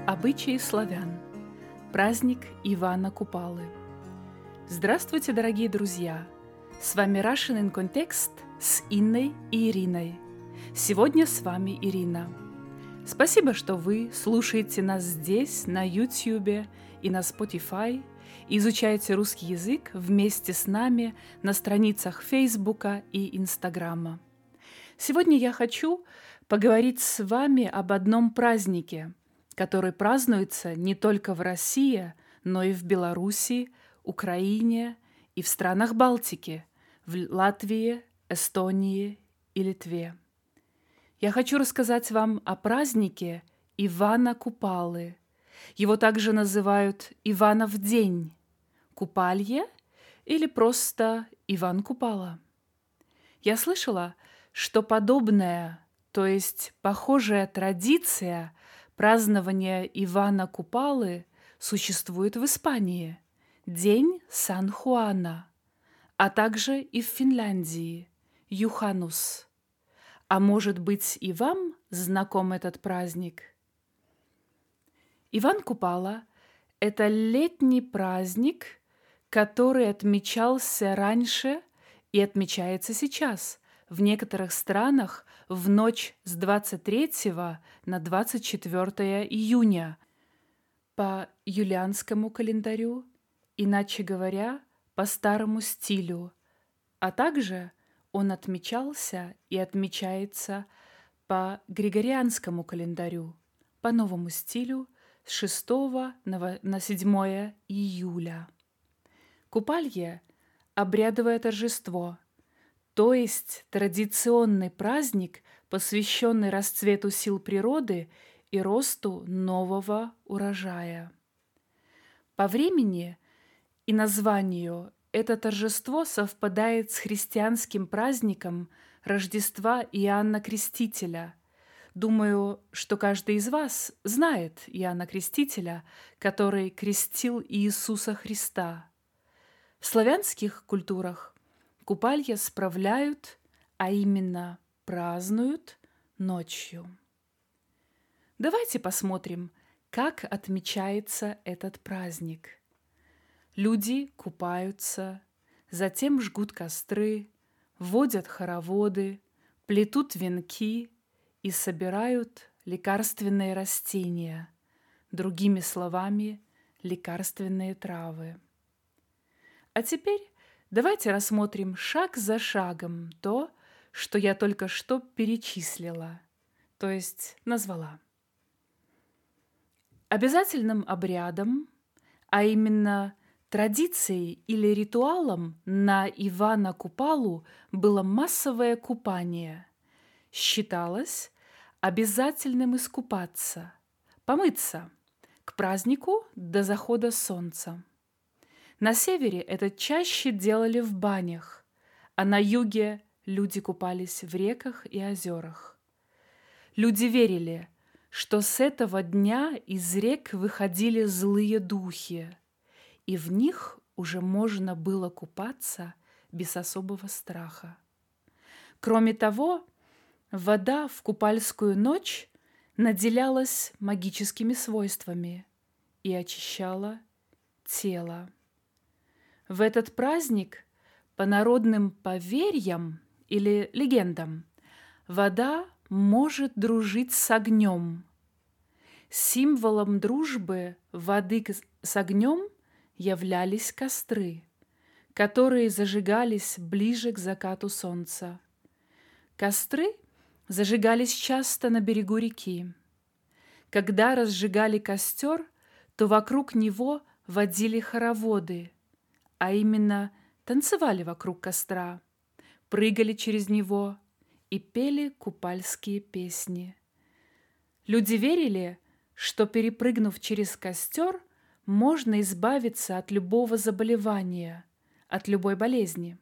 Обычаи славян. Праздник Ивана Купалы. Здравствуйте, дорогие друзья! С вами Russian in Context с Инной и Ириной. Сегодня с вами Ирина. Спасибо, что вы слушаете нас здесь, на YouTube и на Spotify, и изучаете русский язык вместе с нами на страницах Фейсбука и Инстаграма. Сегодня я хочу поговорить с вами об одном празднике, который празднуется не только в России, но и в Беларуси, Украине и в странах Балтики, в Латвии, Эстонии и Литве. Я хочу рассказать вам о празднике Ивана Купалы. Его также называют Иванов день, Купалье или просто Иван Купала. Я слышала, что подобная, то есть похожая традиция празднования Ивана Купалы существует в Испании, День Сан-Хуана, а также и в Финляндии, Юханус. А может быть, и вам знаком этот праздник? Иван Купала – это летний праздник, который отмечался раньше и отмечается сейчас в некоторых странах в ночь с 23 на 24 июня по юлианскому календарю, иначе говоря, по старому стилю, а также он отмечался и отмечается по григорианскому календарю, по новому стилю с 6 на 7 июля. Купалье – обрядовое торжество, то есть традиционный праздник, посвященный расцвету сил природы и росту нового урожая. По времени и названию это торжество совпадает с христианским праздником Рождества Иоанна Крестителя. Думаю, что каждый из вас знает Иоанна Крестителя, который крестил Иисуса Христа. В славянских культурах Купалье справляют, а именно празднуют ночью. Давайте посмотрим, как отмечается этот праздник. Люди купаются, затем жгут костры, водят хороводы, плетут венки и собирают лекарственные растения, другими словами, лекарственные травы. А теперь давайте рассмотрим шаг за шагом то, что я только что перечислила, то есть назвала. Обязательным обрядом, а именно традицией или ритуалом на Ивана Купалу было массовое купание. Считалось обязательным искупаться, помыться к празднику до захода солнца. На севере это чаще делали в банях, а на юге люди купались в реках и озерах. Люди верили, что с этого дня из рек выходили злые духи, и в них уже можно было купаться без особого страха. Кроме того, вода в купальскую ночь наделялась магическими свойствами и очищала тело. В этот праздник, по народным поверьям или легендам, вода может дружить с огнем. Символом дружбы воды с огнем являлись костры, которые зажигались ближе к закату солнца. Костры зажигались часто на берегу реки. Когда разжигали костер, то вокруг него водили хороводы, а именно танцевали вокруг костра, прыгали через него и пели купальские песни. Люди верили, что, перепрыгнув через костер, можно избавиться от любого заболевания, от любой болезни.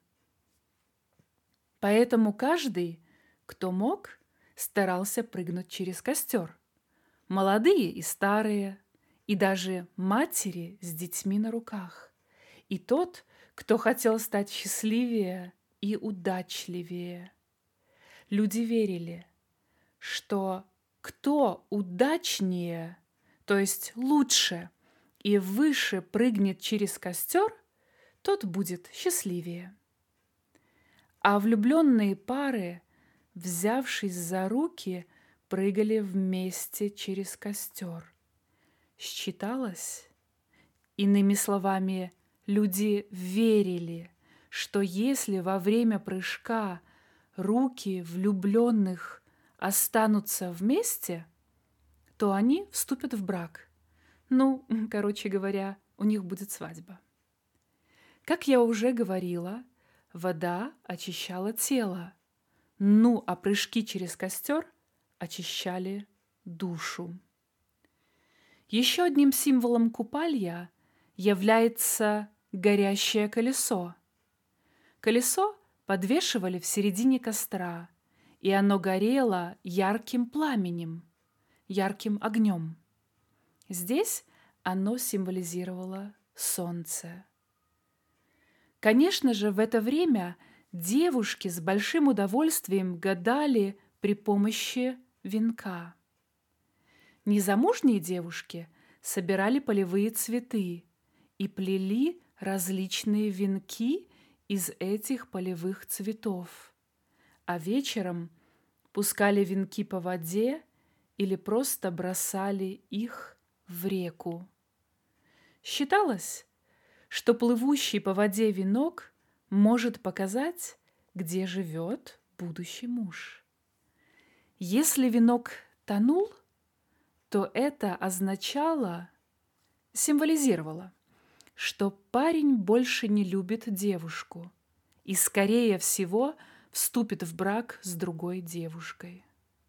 Поэтому каждый, кто мог, старался прыгнуть через костер. Молодые и старые, и даже матери с детьми на руках. И тот, кто хотел стать счастливее и удачливее. Люди верили, что кто удачнее, то есть лучше и выше прыгнет через костер, тот будет счастливее. А влюбленные пары, взявшись за руки, прыгали вместе через костер. Считалось, иными словами, люди верили, что если во время прыжка руки влюбленных останутся вместе, то они вступят в брак. Ну, короче говоря, у них будет свадьба. Как я уже говорила, вода очищала тело, ну а прыжки через костер очищали душу. Еще одним символом купалья является горящее колесо. Колесо подвешивали в середине костра, и оно горело ярким пламенем, ярким огнем. Здесь оно символизировало солнце. Конечно же, в это время девушки с большим удовольствием гадали при помощи венка. Незамужние девушки собирали полевые цветы и плели различные венки из этих полевых цветов, а вечером пускали венки по воде или просто бросали их в реку. Считалось, что плывущий по воде венок может показать, где живет будущий муж. Если венок тонул, то это означало, символизировало, что парень больше не любит девушку и, скорее всего, вступит в брак с другой девушкой.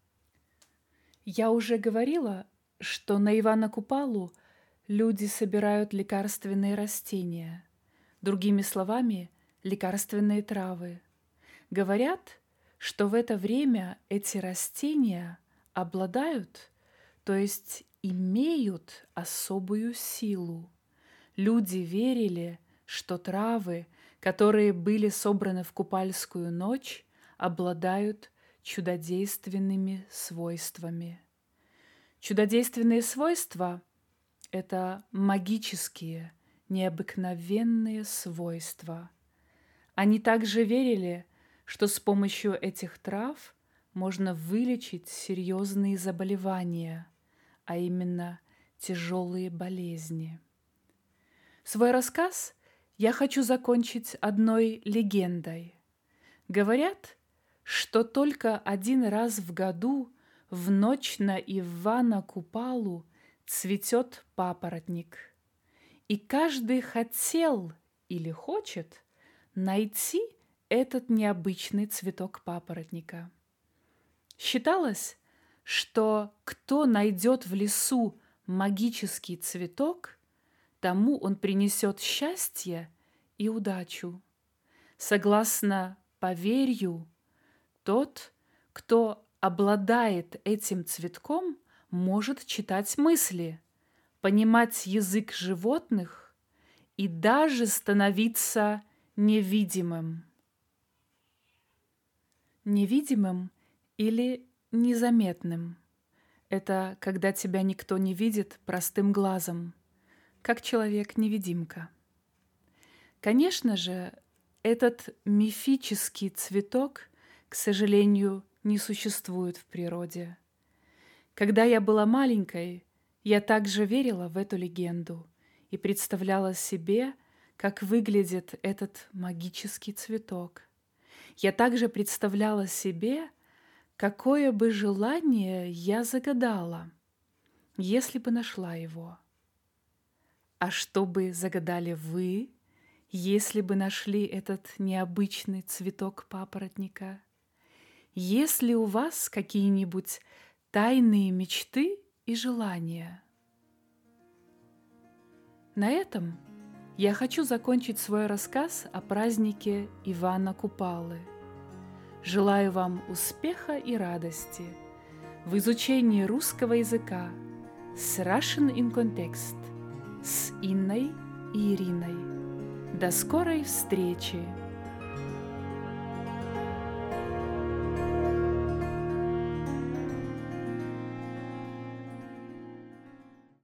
Я уже говорила, что на Ивана Купалу люди собирают лекарственные растения, другими словами, лекарственные травы. Говорят, что в это время эти растения обладают, то есть имеют особую силу. Люди верили, что травы, которые были собраны в купальскую ночь, обладают чудодейственными свойствами. Чудодейственные свойства – это магические, необыкновенные свойства. Они также верили, что с помощью этих трав можно вылечить серьезные заболевания, а именно тяжелые болезни. Свой рассказ я хочу закончить одной легендой. Говорят, что только один раз в году в ночь на Ивана Купалу цветет папоротник. И каждый хотел или хочет найти этот необычный цветок папоротника. Считалось, что кто найдет в лесу магический цветок, тому он принесет счастье и удачу. Согласно поверью, тот, кто обладает этим цветком, может читать мысли, понимать язык животных и даже становиться невидимым. Невидимым или незаметным – это когда тебя никто не видит простым глазом, как человек-невидимка. Конечно же, этот мифический цветок, к сожалению, не существует в природе. Когда я была маленькой, я также верила в эту легенду и представляла себе, как выглядит этот магический цветок. Я также представляла себе, какое бы желание я загадала, если бы нашла его. А что бы загадали вы, если бы нашли этот необычный цветок папоротника? Есть ли у вас какие-нибудь тайные мечты и желания? На этом я хочу закончить свой рассказ о празднике Ивана Купалы. Желаю вам успеха и радости в изучении русского языка с Russian in Context с Инной и Ириной. До скорой встречи!